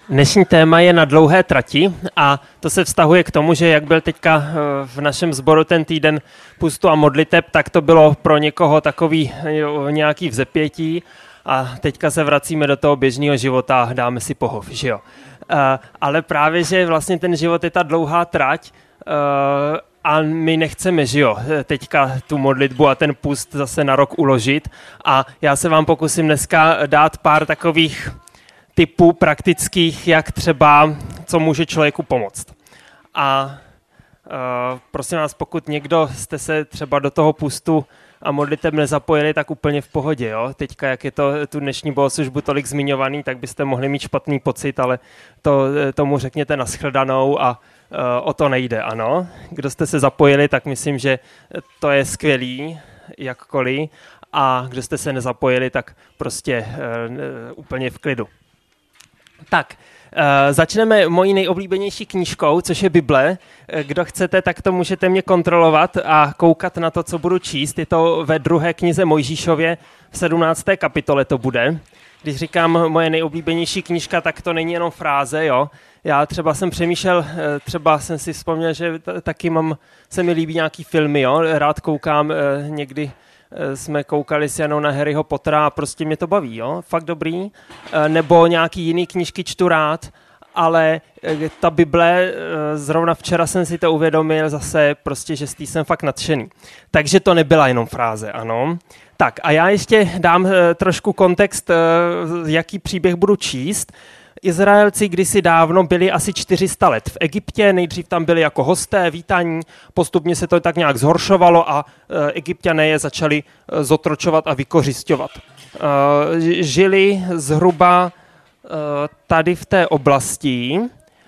Dnešní téma je na dlouhé trati a to se vztahuje k tomu, že jak byl teďka v našem sboru ten týden pustu a modliteb, tak to bylo pro někoho takový nějaký vzepětí a teďka se vracíme do toho běžného života a dáme si pohov, že jo. Ale právě, že vlastně ten život je ta dlouhá trať a my nechceme, že jo, teďka tu modlitbu a ten pust zase na rok uložit a já se vám pokusím dneska dát pár takových typů praktických, jak třeba, co může člověku pomoct. A prosím vás, pokud někdo jste se třeba do toho pustu a modliteb nezapojili, tak úplně v pohodě. Jo? Teďka, jak je to tu dnešní bohoslužbu tolik zmiňovaný, tak byste mohli mít špatný pocit, ale tomu řekněte nashledanou a o to nejde, ano. Kdo jste se zapojili, tak myslím, že to je skvělý, jakkoliv. A kdo jste se nezapojili, tak prostě úplně v klidu. Tak, začneme mojí nejoblíbenější knížkou, což je Bible. Kdo chcete, tak to můžete mě kontrolovat a koukat na to, co budu číst. Je to ve 2. knize Mojžíšově, v 17. kapitole to bude. Když říkám moje nejoblíbenější knížka, tak to není jenom fráze, jo. Já třeba jsem přemýšlel, třeba jsem si vzpomněl, že taky se mi líbí nějaký filmy, jo. Rád koukám někdy. Jsme koukali s Janou na Harryho Pottera a prostě mě to baví, jo? Fakt dobrý. Nebo nějaký jiný knížky čtu rád, ale ta Bible, zrovna včera jsem si to uvědomil zase prostě, že z té jsem fakt nadšený. Takže to nebyla jenom fráze, ano. Tak a já ještě dám trošku kontext, jaký příběh budu číst. Izraelci kdysi dávno byli asi 400 let v Egyptě, nejdřív tam byli jako hosté, vítaní, postupně se to tak nějak zhoršovalo a Egypťané je začali zotročovat a vykořisťovat. Žili zhruba tady v té oblasti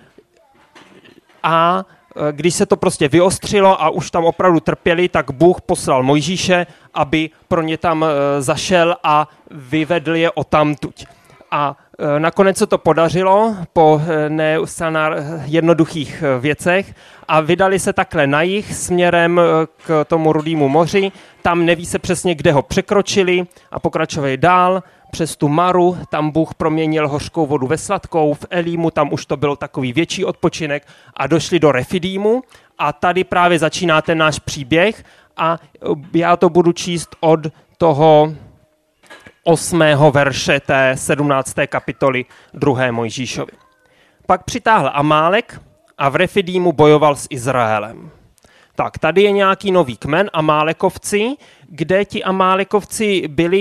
a když se to prostě vyostřilo a už tam opravdu trpěli, tak Bůh poslal Mojžíše, aby pro ně tam zašel a vyvedl je odtamtud. A nakonec se to podařilo po jednoduchých věcech a vydali se takhle na jih směrem k tomu Rudému moři. Tam neví se přesně, kde ho překročili a pokračovali dál přes tu Maru. Tam Bůh proměnil hořkou vodu ve sladkou. V Elímu tam už to byl takový větší odpočinek a došli do Refidímu. A tady právě začíná ten náš příběh a já to budu číst od toho 8. verše té 17. kapitoly 2. Mojžíšovi. Pak přitáhl Amálek a v Refidímu bojoval s Izraelem. Tak, tady je nějaký nový kmen, Amálekovci, kde ti Amálekovci byli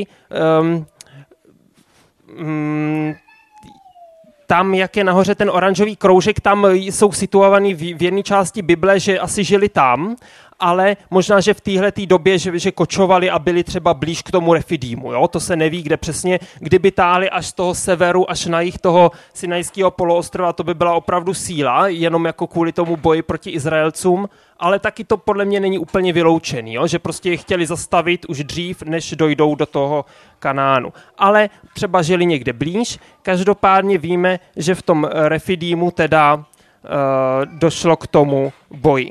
tam, jak je nahoře ten oranžový kroužek, tam jsou situovaný v jedné části Bible, že asi žili tam, ale možná, že v téhletý době, že kočovali a byli třeba blíž k tomu Refidímu. Jo? To se neví, kde přesně. Kdyby táhli až z toho severu, až na jih toho Sinajského poloostrova, to by byla opravdu síla, jenom jako kvůli tomu boji proti Izraelcům, ale taky to podle mě není úplně vyloučený, jo? Že prostě je chtěli zastavit už dřív, než dojdou do toho Kanánu. Ale třeba žili někde blíž. Každopádně víme, že v tom Refidímu teda došlo k tomu boji.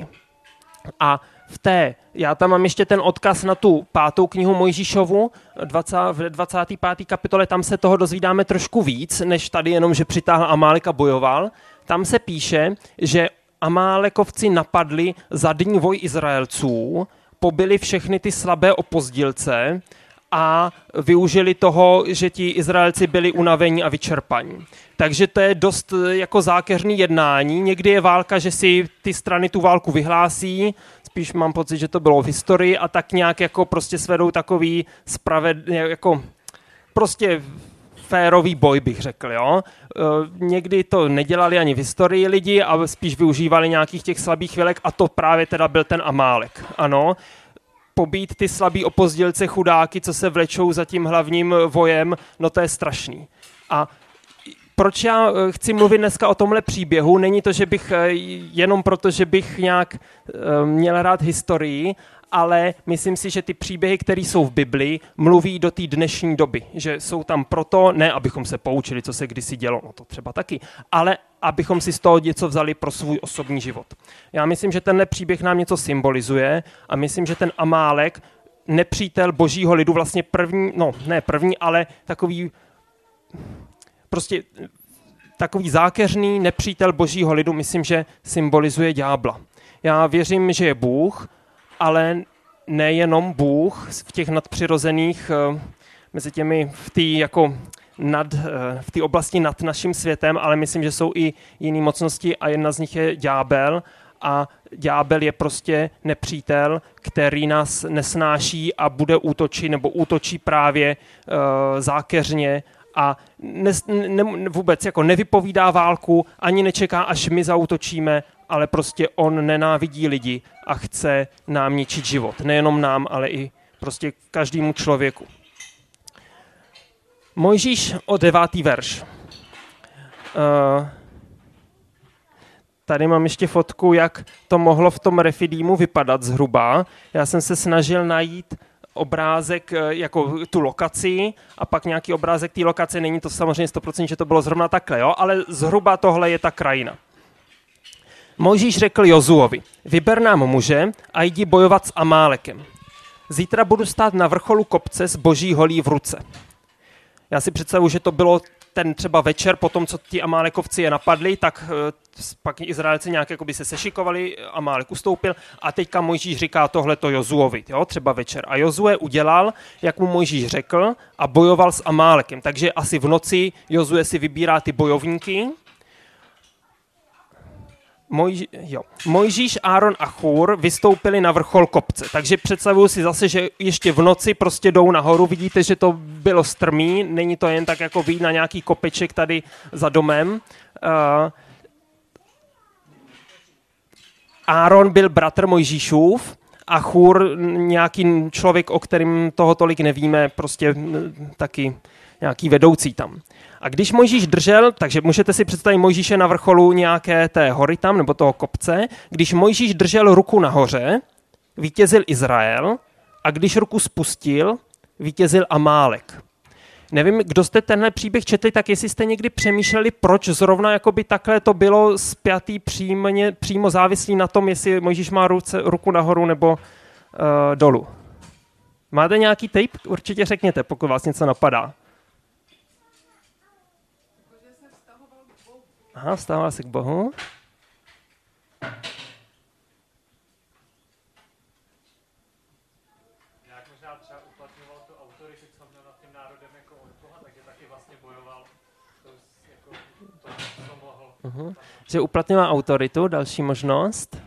A já tam mám ještě ten odkaz na tu 5. knihu Mojžíšovu, v 25. kapitole, tam se toho dozvídáme trošku víc, než tady jenom, že přitáhl Amálek a bojoval. Tam se píše, že Amálekovci napadli zadní voj Izraelců, pobili všechny ty slabé opozdělce a využili toho, že ti Izraelci byli unavení a vyčerpaní. Takže to je dost jako zákeřný jednání. Někdy je válka, že si ty strany tu válku vyhlásí, spíš mám pocit, že to bylo v historii a tak nějak jako prostě svedou takový jako prostě férový boj, bych řekl, jo. Někdy to nedělali ani v historii lidi a spíš využívali nějakých těch slabých chvilek a to právě teda byl ten Amálek, ano. Pobít ty slabý opozdělce chudáky, co se vlečou za tím hlavním vojem, no to je strašný. A proč já chci mluvit dneska o tomhle příběhu? Není to, že bych jenom proto, že bych nějak měl rád historii, ale myslím si, že ty příběhy, které jsou v Bibli, mluví do té dnešní doby. Že jsou tam proto, ne abychom se poučili, co se kdysi dělo, no to třeba taky, ale abychom si z toho něco vzali pro svůj osobní život. Já myslím, že tenhle příběh nám něco symbolizuje a myslím, že ten Amálek, nepřítel božího lidu, vlastně první, ale takový prostě takový zákeřný nepřítel božího lidu, myslím, že symbolizuje ďábla. Já věřím, že je Bůh, ale nejenom Bůh v těch nadpřirozených, mezi těmi v té oblasti nad naším světem, ale myslím, že jsou i jiné mocnosti a jedna z nich je ďábel. A ďábel je prostě nepřítel, který nás nesnáší a bude útočit nebo útočí právě zákeřně a vůbec jako nevypovídá válku, ani nečeká, až my zaútočíme, ale prostě on nenávidí lidi a chce nám ničit život. Nejenom nám, ale i prostě každému člověku. Mojžíš o 9. verš. Tady mám ještě fotku, jak to mohlo v tom Refidímu vypadat zhruba. Já jsem se snažil najít obrázek, jako tu lokaci a pak nějaký obrázek té lokace. Není to samozřejmě 100%, že to bylo zrovna takhle, jo? Ale zhruba tohle je ta krajina. Mojžíš řekl Jozuovi, vyber nám muže a jdi bojovat s Amálekem. Zítra budu stát na vrcholu kopce s boží holí v ruce. Já si představuji, že to bylo ten třeba večer, po tom, co ti Amálekovci je napadli, tak pak Izraelci nějak jakoby se sešikovali, Amálek ustoupil a teďka Mojžíš říká tohleto Jozuovi, jo, třeba večer. A Jozue udělal, jak mu Mojžíš řekl a bojoval s Amálekem. Takže asi v noci Jozue si vybírá ty bojovníky. Mojžíš, Áron a Chůr vystoupili na vrchol kopce. Takže představuju si zase, že ještě v noci prostě jdou nahoru. Vidíte, že to bylo strmý, není to jen tak jako vyjít na nějaký kopeček tady za domem. Áron byl bratr Mojžíšův a Chůr nějaký člověk, o kterým toho tolik nevíme, prostě taky nějaký vedoucí tam. A když Mojžíš držel, takže můžete si představit Mojžíše na vrcholu nějaké té hory tam, nebo toho kopce, když Mojžíš držel ruku nahoře, vítězil Izrael a když ruku spustil, vítězil Amálek. Nevím, kdo jste tenhle příběh četli, tak jestli jste někdy přemýšleli, proč zrovna jakoby takhle to bylo spjatý přímo závislý na tom, jestli Mojžíš má ruku nahoru nebo dolů. Máte nějaký tip? Určitě řekněte, pokud vás něco napadá. Aha, vztahoval se k Bohu. Jak možná třeba uplatňoval tu autoritu, co měl nad tím národem jako od Boha, takže taky vlastně bojoval to, co mohl. Že uplatňoval autoritu, další možnost.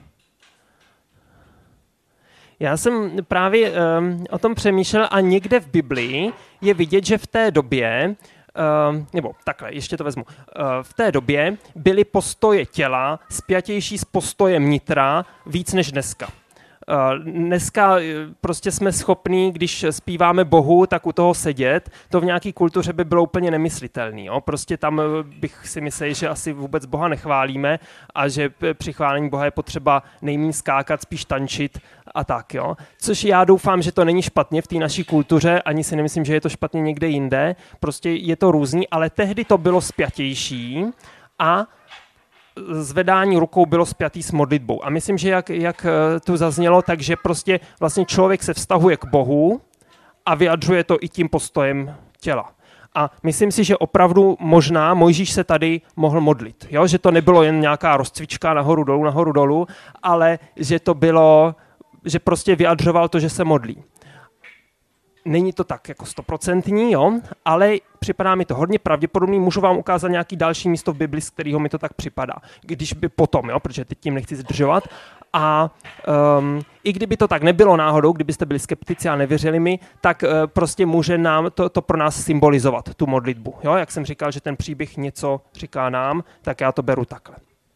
Já jsem právě o tom přemýšlel a někde v Biblii je vidět, že v té době nebo takhle, ještě to vezmu. V té době byly postoje těla spjatější s postojem nitra víc než dneska. Dneska prostě jsme schopní, když zpíváme Bohu, tak u toho sedět. To v nějaké kultuře by bylo úplně nemyslitelné. Prostě tam bych si myslel, že asi vůbec Boha nechválíme a že při chválení Boha je potřeba nejméně skákat, spíš tančit a tak. Jo. Což já doufám, že to není špatně v té naší kultuře, ani si nemyslím, že je to špatně někde jinde. Prostě je to různý, ale tehdy to bylo spjatější a zvedání rukou bylo spjatý s modlitbou. A myslím, že jak tu zaznělo, takže prostě vlastně člověk se vztahuje k Bohu a vyjadřuje to i tím postojem těla. A myslím si, že opravdu možná Mojžíš se tady mohl modlit. Jo? Že to nebylo jen nějaká rozcvička nahoru dolů, ale že to bylo, že prostě vyjadřoval to, že se modlí. Není to tak jako 100%, jo, ale připadá mi to hodně pravděpodobný. Můžu vám ukázat nějaký další místo v Bibli, z kterého mi to tak připadá. Když by potom, jo, protože teď tím nechci zdržovat. A i kdyby to tak nebylo náhodou, kdybyste byli skeptici a nevěřili mi, tak prostě může nám to pro nás symbolizovat, tu modlitbu. Jo, jak jsem říkal, že ten příběh něco říká nám, tak já to beru takhle.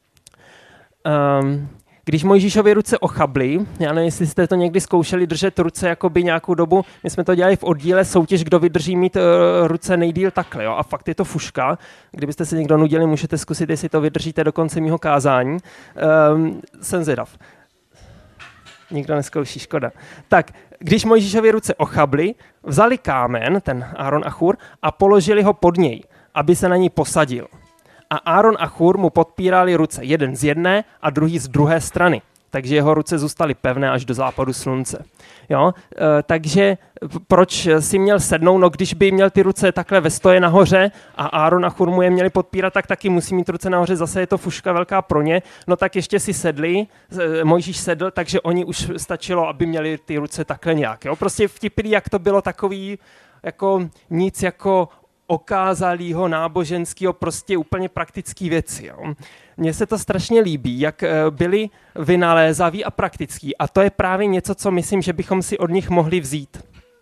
Když Mojžíšovy ruce ochably, já nevím, jestli jste to někdy zkoušeli držet ruce jakoby nějakou dobu, my jsme to dělali v oddíle soutěž, kdo vydrží mít ruce nejdýl takhle, jo? A fakt je to fuška. Kdybyste se někdo nudili, můžete zkusit, jestli to vydržíte do konce mýho kázání. Jsem zvědav. Nikdo neskouší, škoda. Tak, když Mojžíšovy ruce ochably, vzali kámen, ten Áron a Chůr, a položili ho pod něj, aby se na ní posadil. A Áron a Chůr mu podpírali ruce, jeden z jedné a druhý z druhé strany. takže jeho ruce zůstaly pevné až do západu slunce. Jo? Takže proč si měl sednout? No když by měl ty ruce takhle ve stoje nahoře a Áron a Chur mu je měli podpírat, tak taky musí mít ruce nahoře, zase je to fuška velká pro ně. No tak ještě si sedli, Mojžíš sedl, takže oni už stačilo, aby měli ty ruce takhle nějak. Jo? Prostě vtipný, jak to bylo takový jako nic jako okázalýho, náboženského, prostě úplně praktický věci. Jo. Mně se to strašně líbí, jak byli vynalézaví a praktický a to je právě něco, co myslím, že bychom si od nich mohli vzít.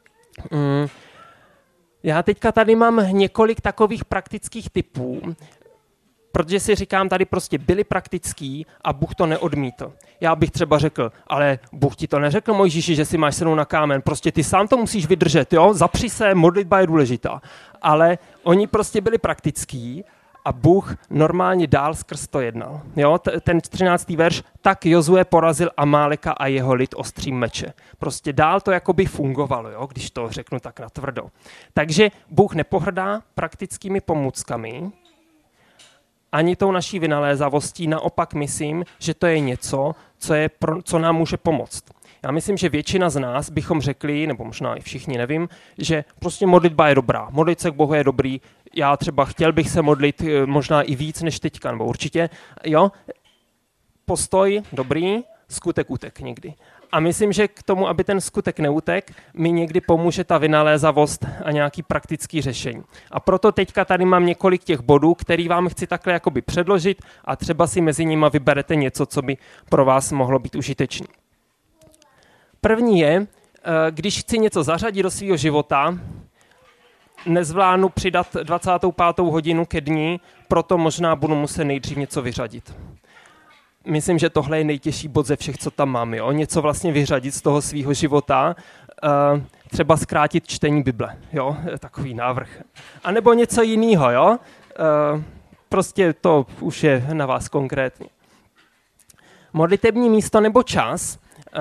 Já teďka tady mám několik takových praktických typů, protože si říkám, tady prostě byli praktický a Bůh to neodmítl. Já bych třeba řekl, ale Bůh ti to neřekl, Mojžíši, že si máš sednout na kámen, prostě ty sám to musíš vydržet, jo? Zapři se, modlitba je důležitá. Ale oni prostě byli praktický a Bůh normálně dál skrz to jednal. Jo? Ten 13. verš, tak Jozue porazil Amáleka a jeho lid ostrým meče. Prostě dál to jakoby fungovalo, jo? Když to řeknu tak natvrdo. Takže Bůh nepohrdá praktickými pomůckami, ani tou naší vynalézavostí, naopak myslím, že to je něco, co nám může pomoct. Já myslím, že většina z nás bychom řekli, nebo možná i všichni, nevím, že prostě modlitba je dobrá, modlit se k Bohu je dobrý, já třeba chtěl bych se modlit možná i víc než teďka, nebo určitě, jo, postoj dobrý, skutek utek někdy. A myslím, že k tomu, aby ten skutek neutek, mi někdy pomůže ta vynalézavost a nějaký praktický řešení. A proto teďka tady mám několik těch bodů, který vám chci takhle jakoby předložit a třeba si mezi nimi vyberete něco, co by pro vás mohlo být užitečné. První je, když chci něco zařadit do svého života, nezvládnu přidat 25. hodinu ke dni, proto možná budu muset nejdřív něco vyřadit. Myslím, že tohle je nejtěžší bod ze všech, co tam mám. Jo? Něco vlastně vyřadit z toho svého života, třeba zkrátit čtení Bible. Jo? Takový návrh. A nebo něco jiného. Jo? Prostě to už je na vás konkrétně. Modlitební místo nebo čas,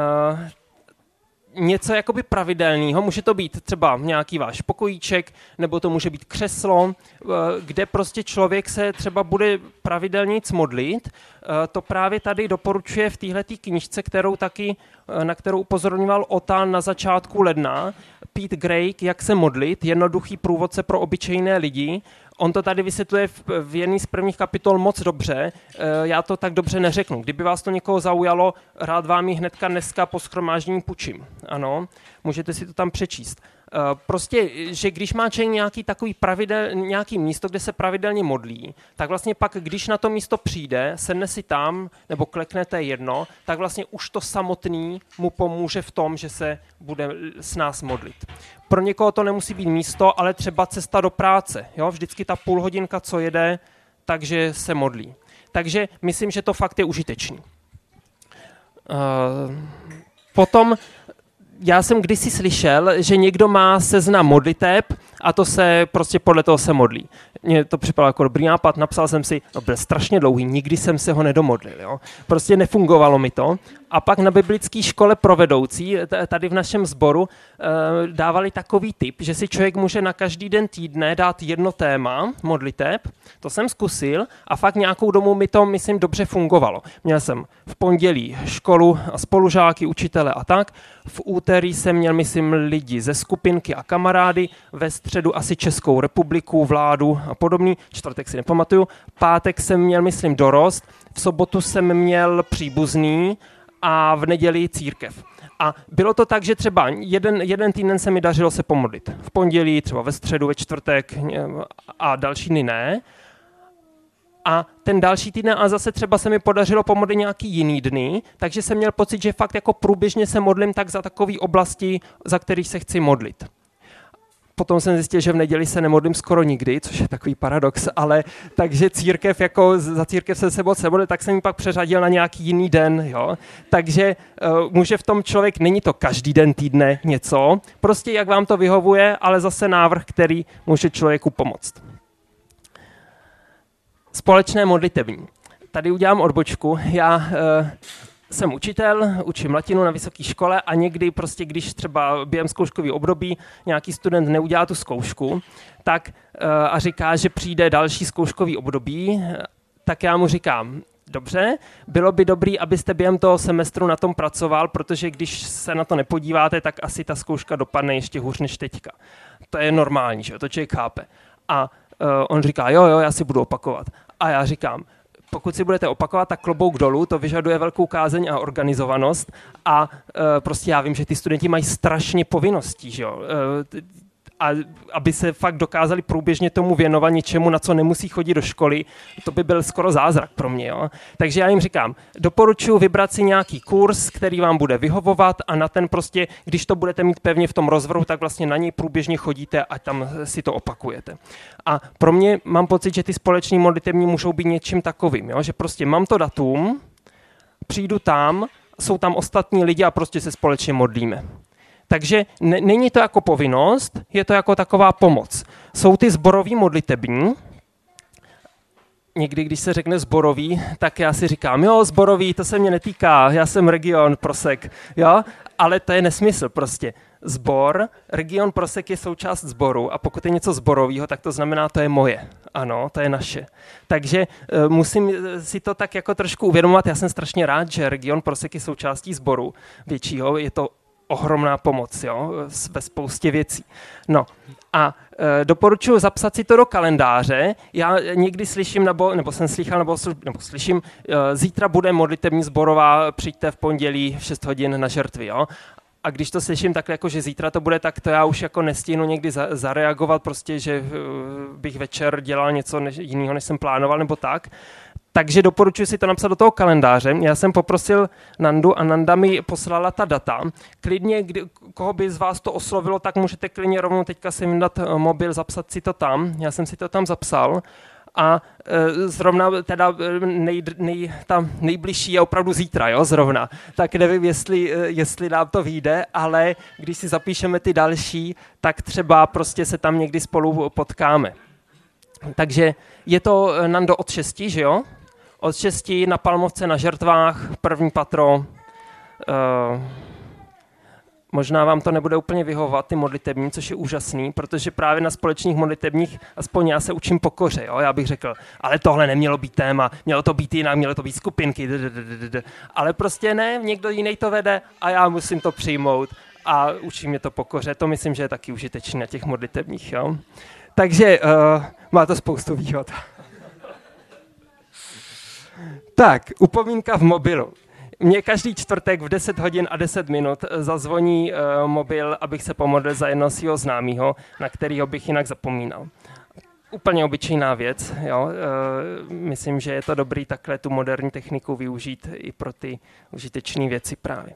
něco jakoby pravidelného, může to být třeba nějaký váš pokojíček, nebo to může být křeslo, kde prostě člověk se třeba bude pravidelně modlit. To právě tady doporučuje v téhletý knížce, na kterou upozorňoval Otan na začátku ledna, Pete Greig, jak se modlit, jednoduchý průvodce pro obyčejné lidi. On to tady vysvětluje v jedné z prvních kapitol moc dobře, já to tak dobře neřeknu. Kdyby vás to někoho zaujalo, rád vám ji hnedka dneska po shromáždění půjčím. Ano, můžete si to tam přečíst. Prostě, že když má člověk nějaký místo, kde se pravidelně modlí, tak vlastně pak, když na to místo přijde, sedne si tam, nebo kleknete jedno, tak vlastně už to samotný mu pomůže v tom, že se bude s nás modlit. Pro někoho to nemusí být místo, ale třeba cesta do práce. Jo? Vždycky ta půl hodinka, co jede, takže se modlí. Takže myslím, že to fakt je užitečný. Potom já jsem kdysi slyšel, že někdo má seznam modliteb a to se prostě podle toho se modlí. Mně to připadalo jako dobrý nápad, napsal jsem si, byl strašně dlouhý, nikdy jsem se ho nedomodlil. Jo? Prostě nefungovalo mi to. A pak na biblické škole pro vedoucí, tady v našem sboru, dávali takový tip, že si člověk může na každý den týdne dát jedno téma modliteb. To jsem zkusil a fakt nějakou dobu mi to, myslím, dobře fungovalo. Měl jsem v pondělí školu a spolužáky, učitele a tak. V úterý jsem měl, myslím, lidi ze skupinky a kamarády, ve středu asi Českou republiku, vládu a podobný, čtvrtek si nepamatuju, pátek jsem měl, myslím, dorost, v sobotu jsem měl příbuzný a v neděli církev. A bylo to tak, že třeba jeden týden se mi dařilo se pomodlit. V pondělí, třeba ve středu, ve čtvrtek a další dny ne. A ten další týden a zase třeba se mi podařilo pomodlit nějaký jiný dny, takže jsem měl pocit, že fakt jako průběžně se modlím tak za takové oblasti, za kterých se chci modlit. Potom jsem zjistil, že v neděli se nemodlím skoro nikdy, což je takový paradox, ale takže církev, jako za církev jsem se moc nemodlil, tak jsem ji pak přeřadil na nějaký jiný den. Jo? Takže může v tom člověk, není to každý den týdne něco, prostě jak vám to vyhovuje, ale zase návrh, který může člověku pomoct. Společné modlitební. Tady udělám odbočku. Já jsem učitel, učím latinu na vysoké škole a někdy prostě, když třeba během zkouškového období nějaký student neudělá tu zkoušku, tak a říká, že přijde další zkouškový období, tak já mu říkám, Dobře, bylo by dobré, abyste během toho semestru na tom pracoval, protože když se na to nepodíváte, tak asi ta zkouška dopadne ještě hůř než teďka. To je normální, že to člověk chápe. A on říká, jo, já si budu opakovat. A já říkám, pokud si budete opakovat, tak klobouk dolů, to vyžaduje velkou kázeň a organizovanost a prostě já vím, že ty studenti mají strašně povinností, že jo. A aby se fakt dokázali průběžně tomu věnovat něčemu, na co nemusí chodit do školy, to by byl skoro zázrak pro mě. Jo? Takže já jim říkám, doporučuji vybrat si nějaký kurz, který vám bude vyhovovat a na ten prostě, když to budete mít pevně v tom rozvrhu, tak vlastně na něj průběžně chodíte a tam si to opakujete. A pro mě mám pocit, že ty společní modlitební můžou být něčím takovým, jo? Že prostě mám to datum, přijdu tam, jsou tam ostatní lidi a prostě se společně modlíme. Takže není to jako povinnost, je to jako taková pomoc. Jsou ty sborový modlitební. Někdy, když se řekne sborový, tak já si říkám, jo, sborový, to se mě netýká, já jsem region Prosek, jo, ale to je nesmysl prostě. Sbor, region Prosek je součást sboru a pokud je něco sborového, tak to znamená, to je moje. Ano, to je naše. Takže musím si to tak jako trošku uvědomovat. Já jsem strašně rád, že region Prosek je součástí sboru většího, je to ohromná pomoc, jo, ve spoustě věcí. No a doporučuji zapsat si to do kalendáře. Já někdy slyším, nebo jsem slychal, nebo slyším, zítra bude modlitební sborová, přijďte v pondělí v 6 hodin na žertvy, jo. A když to slyším takhle, jako že zítra to bude, tak to já už jako nestihnu někdy zareagovat, prostě, že bych večer dělal něco jiného, než jsem plánoval, nebo tak. Takže doporučuji si to napsat do toho kalendáře. Já jsem poprosil Nandu a Nanda mi poslala ta data. Klidně, koho by z vás to oslovilo, tak můžete klidně rovnou teďka si vydat mobil, zapsat si to tam. Já jsem si to tam zapsal. A zrovna teda ta nejbližší je opravdu zítra, jo, zrovna. Tak nevím, jestli nám to vyjde, ale když si zapíšeme ty další, tak třeba prostě se tam někdy spolu potkáme. Takže je to, Nando, od 6, že jo? Od 6 na Palmovce na žertvách, první patro. Možná vám to nebude úplně vyhovovat, ty modlitební, což je úžasný, protože právě na společných modlitebních, aspoň já se učím pokoře, jo? Já bych řekl, ale tohle nemělo být téma, mělo to být jinak, mělo to být skupinky, ale prostě ne, někdo jiný to vede a já musím to přijmout a učí mě to pokoře. To myslím, že je taky užitečný na těch modlitebních, jo? Takže má to spoustu výhod. Tak, upomínka v mobilu. Mně každý čtvrtek v 10 hodin a 10 minut zazvoní mobil, abych se pomodlil za jednoho svého známého, na kterého bych jinak zapomínal. Úplně obyčejná věc. Jo? Myslím, že je to dobrý takhle tu moderní techniku využít i pro ty užitečné věci právě.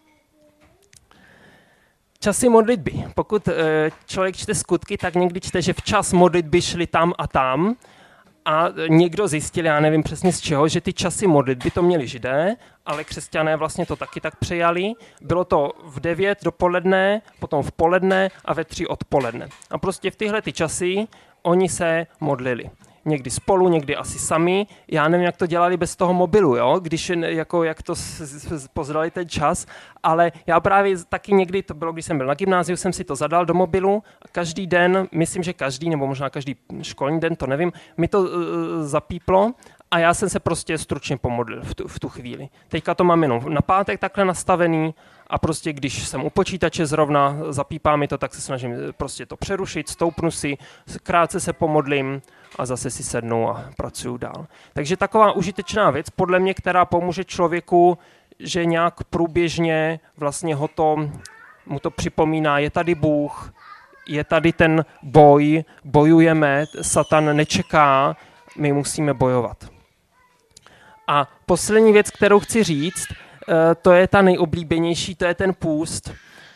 Časy modlitby. Pokud člověk čte Skutky, tak někdy čte, že včas modlitby šly tam a tam a někdo zjistil, já nevím přesně z čeho, že ty časy modlitby to měli Židé, ale křesťané vlastně to taky tak přejali. Bylo to v 9 dopoledne, potom v poledne a ve 3 odpoledne. A prostě v tyhle ty časy oni se modlili. Někdy spolu, někdy asi sami. Já nevím, jak to dělali bez toho mobilu, jo? Jak to pozdali ten čas, ale já právě taky někdy, to bylo, když jsem byl na gymnáziu, jsem si to zadal do mobilu a každý den, myslím, že každý, nebo možná každý školní den, to nevím, mi to zapíplo a já jsem se prostě stručně pomodlil v tu chvíli. Teďka to mám jenom na pátek takhle nastavený a prostě když jsem u počítače zrovna, zapípá mi to, tak se snažím prostě to přerušit, stoupnu si, krátce se pomodlím a zase si sednu a pracuju dál. Takže taková užitečná věc, podle mě, která pomůže člověku, že nějak průběžně vlastně mu to připomíná, je tady Bůh, je tady ten boj, bojujeme, Satan nečeká, my musíme bojovat. A poslední věc, kterou chci říct, to je ta nejoblíbenější, to je ten půst.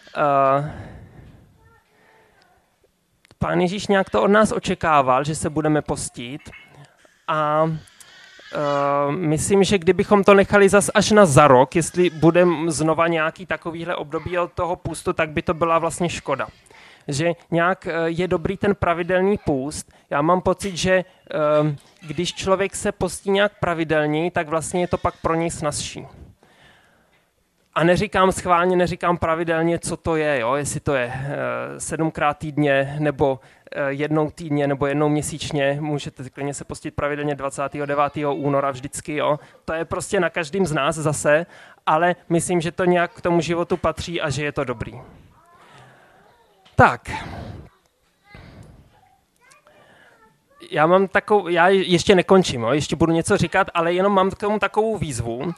Pán Ježíš nějak to od nás očekával, že se budeme postit a myslím, že kdybychom to nechali zas až za rok, jestli bude znova nějaký takovýhle období od toho půstu, tak by to byla vlastně škoda. Že nějak je dobrý ten pravidelný půst. Já mám pocit, že když člověk se postí nějak pravidelně, tak vlastně je to pak pro něj snazší. A neříkám pravidelně, co to je, jo? Jestli to je 7krát týdně, nebo jednou týdně nebo jednou měsíčně, můžete klidně se postit pravidelně 29. února vždycky, jo. To je prostě na každém z nás zase, ale myslím, že to nějak k tomu životu patří a že je to dobrý. Tak. Já ještě nekončím, jo? Ještě budu něco říkat, ale jenom mám k tomu takovou výzvu.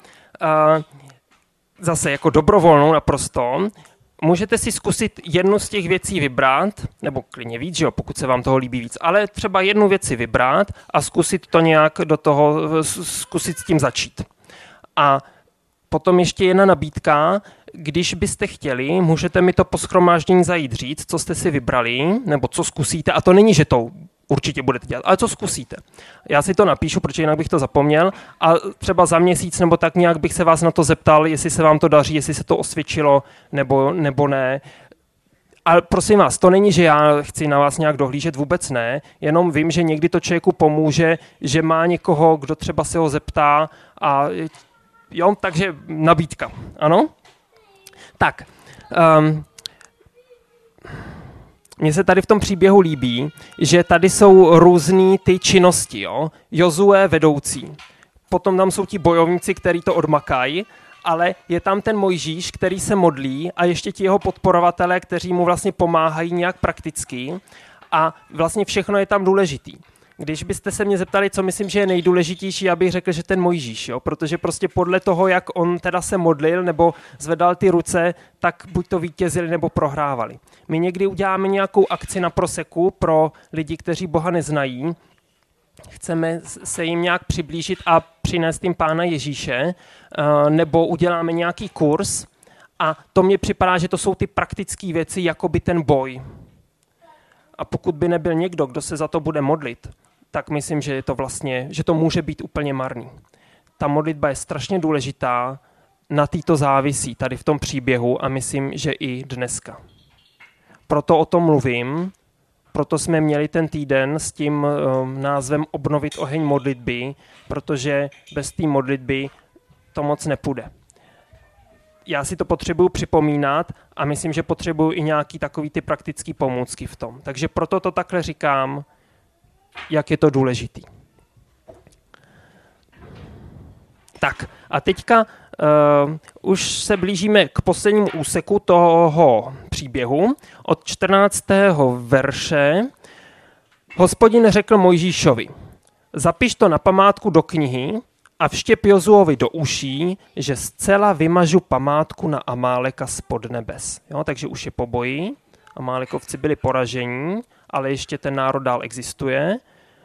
Zase jako dobrovolnou naprosto. Můžete si zkusit jednu z těch věcí vybrat, nebo klidně víc, že jo, pokud se vám toho líbí víc, ale třeba jednu věc si vybrat a zkusit to nějak do toho, zkusit s tím začít. A potom ještě jedna nabídka, když byste chtěli, můžete mi to po shromáždění zajít říct, co jste si vybrali, nebo co zkusíte, a to není, že to určitě budete dělat, ale co zkusíte. Já si to napíšu, protože jinak bych to zapomněl a třeba za měsíc nebo tak nějak bych se vás na to zeptal, jestli se vám to daří, jestli se to osvědčilo nebo ne. Ale prosím vás, to není, že já chci na vás nějak dohlížet, vůbec ne, jenom vím, že někdy to člověku pomůže, že má někoho, kdo třeba se ho zeptá a jo, takže nabídka, ano? Tak, mně se tady v tom příběhu líbí, že tady jsou různý ty činnosti, jo? Jozue vedoucí, potom tam jsou ti bojovníci, kteří to odmakají, ale je tam ten Mojžíš, který se modlí a ještě ti jeho podporovatelé, kteří mu vlastně pomáhají nějak prakticky a vlastně všechno je tam důležitý. Když byste se mě zeptali, co myslím, že je nejdůležitější, já bych řekl, že ten Mojžíš, jo? Protože prostě podle toho, jak on teda se modlil nebo zvedal ty ruce, tak buď to vítězili nebo prohrávali. My někdy uděláme nějakou akci na proseku pro lidi, kteří Boha neznají, chceme se jim nějak přiblížit a přinést jim Pána Ježíše, nebo uděláme nějaký kurz a to mně připadá, že to jsou ty praktické věci, jako by ten boj. A pokud by nebyl někdo, kdo se za to bude modlit, tak myslím, že je to vlastně, že to může být úplně marný. Ta modlitba je strašně důležitá, na té to závisí tady v tom příběhu a myslím, že i dneska. Proto o tom mluvím, proto jsme měli ten týden s tím názvem Obnovit oheň modlitby, protože bez té modlitby to moc nepůjde. Já si to potřebuju připomínat a myslím, že potřebuju i nějaký takový ty praktický pomůcky v tom. Takže proto to takhle říkám, jak je to důležitý. Tak a teďka už se blížíme k poslednímu úseku toho příběhu. Od 14. verše Hospodin řekl Mojžíšovi, zapiš to na památku do knihy a vštěp Jozuovi do uší, že zcela vymažu památku na Amáleka spod nebes. Jo, takže už je po boji, Amálekovci byli poražení, ale ještě ten národ dál existuje.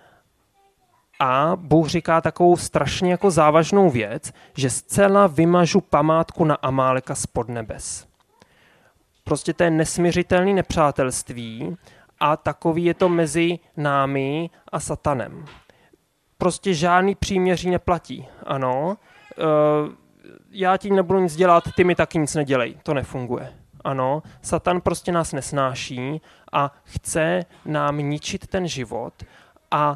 A Bůh říká takovou strašně jako závažnou věc, že zcela vymažu památku na Amáleka spod nebes. Prostě to je nesmiřitelné nepřátelství a takový je to mezi námi a satanem. Prostě žádný příměří neplatí. Ano, já ti nebudu nic dělat, ty mi taky nic nedělej. To nefunguje. Ano, Satan prostě nás nesnáší a chce nám ničit ten život a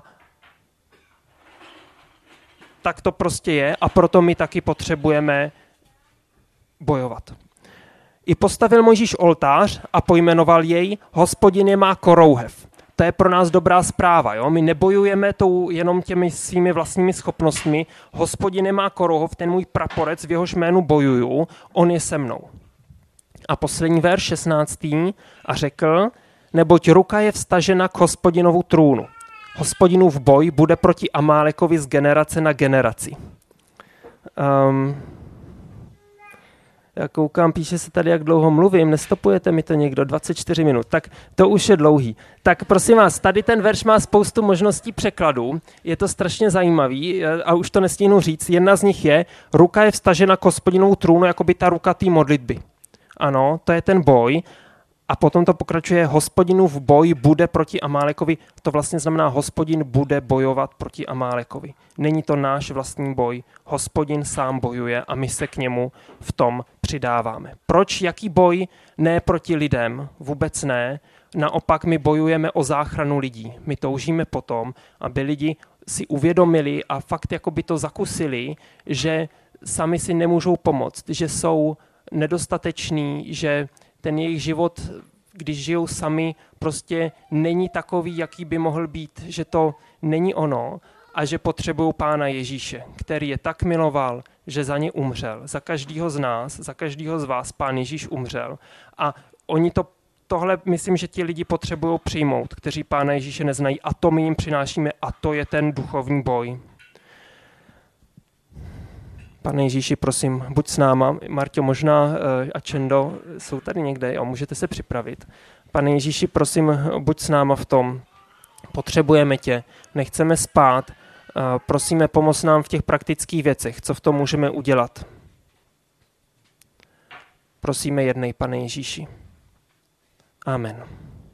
tak to prostě je a proto my taky potřebujeme bojovat. I postavil Mojžíš oltář a pojmenoval jej Hospodin je má korouhev. To je pro nás dobrá zpráva. Jo? My nebojujeme jenom těmi svými vlastními schopnostmi. Hospodin je má korouhev, ten můj praporec, v jehož jménu bojuju, on je se mnou. A poslední verš 16. A řekl, neboť ruka je vstažena k Hospodinovu trůnu. Hospodinův boj bude proti Amálekovi z generace na generaci. Já koukám, píše se tady, jak dlouho mluvím, nestopujete mi to někdo, 24 minut, tak to už je dlouhý. Tak prosím vás, tady ten verš má spoustu možností překladů, je to strašně zajímavý a už to nestihnu říct. Jedna z nich je, ruka je vstažena k Hospodinovu trůnu, jako by ta ruka té modlitby. Ano, to je ten boj. A potom to pokračuje, Hospodinův boj bude proti Amálekovi. To vlastně znamená, Hospodin bude bojovat proti Amálekovi. Není to náš vlastní boj. Hospodin sám bojuje a my se k němu v tom přidáváme. Proč? Jaký boj? Ne proti lidem, vůbec ne. Naopak my bojujeme o záchranu lidí. My toužíme potom, aby lidi si uvědomili a fakt jako by to zakusili, že sami si nemůžou pomoct, že jsou nedostateční, že ten jejich život když žijou sami, prostě není takový, jaký by mohl být, že to není ono a že potřebují Pána Ježíše, který je tak miloval, že za ně umřel. Za každého z nás, za každého z vás Pán Ježíš umřel. A oni tohle myslím, že ti lidi potřebují přijmout, kteří Pána Ježíše neznají, a to my jim přinášíme, a to je ten duchovní boj. Pane Ježíši, prosím, buď s náma. Marťo, možná a Čendo jsou tady někde, jo, můžete se připravit. Pane Ježíši, prosím, buď s náma v tom. Potřebujeme tě, nechceme spát, prosíme, pomoz nám v těch praktických věcech, co v tom můžeme udělat. Prosíme jednej, Pane Ježíši. Amen.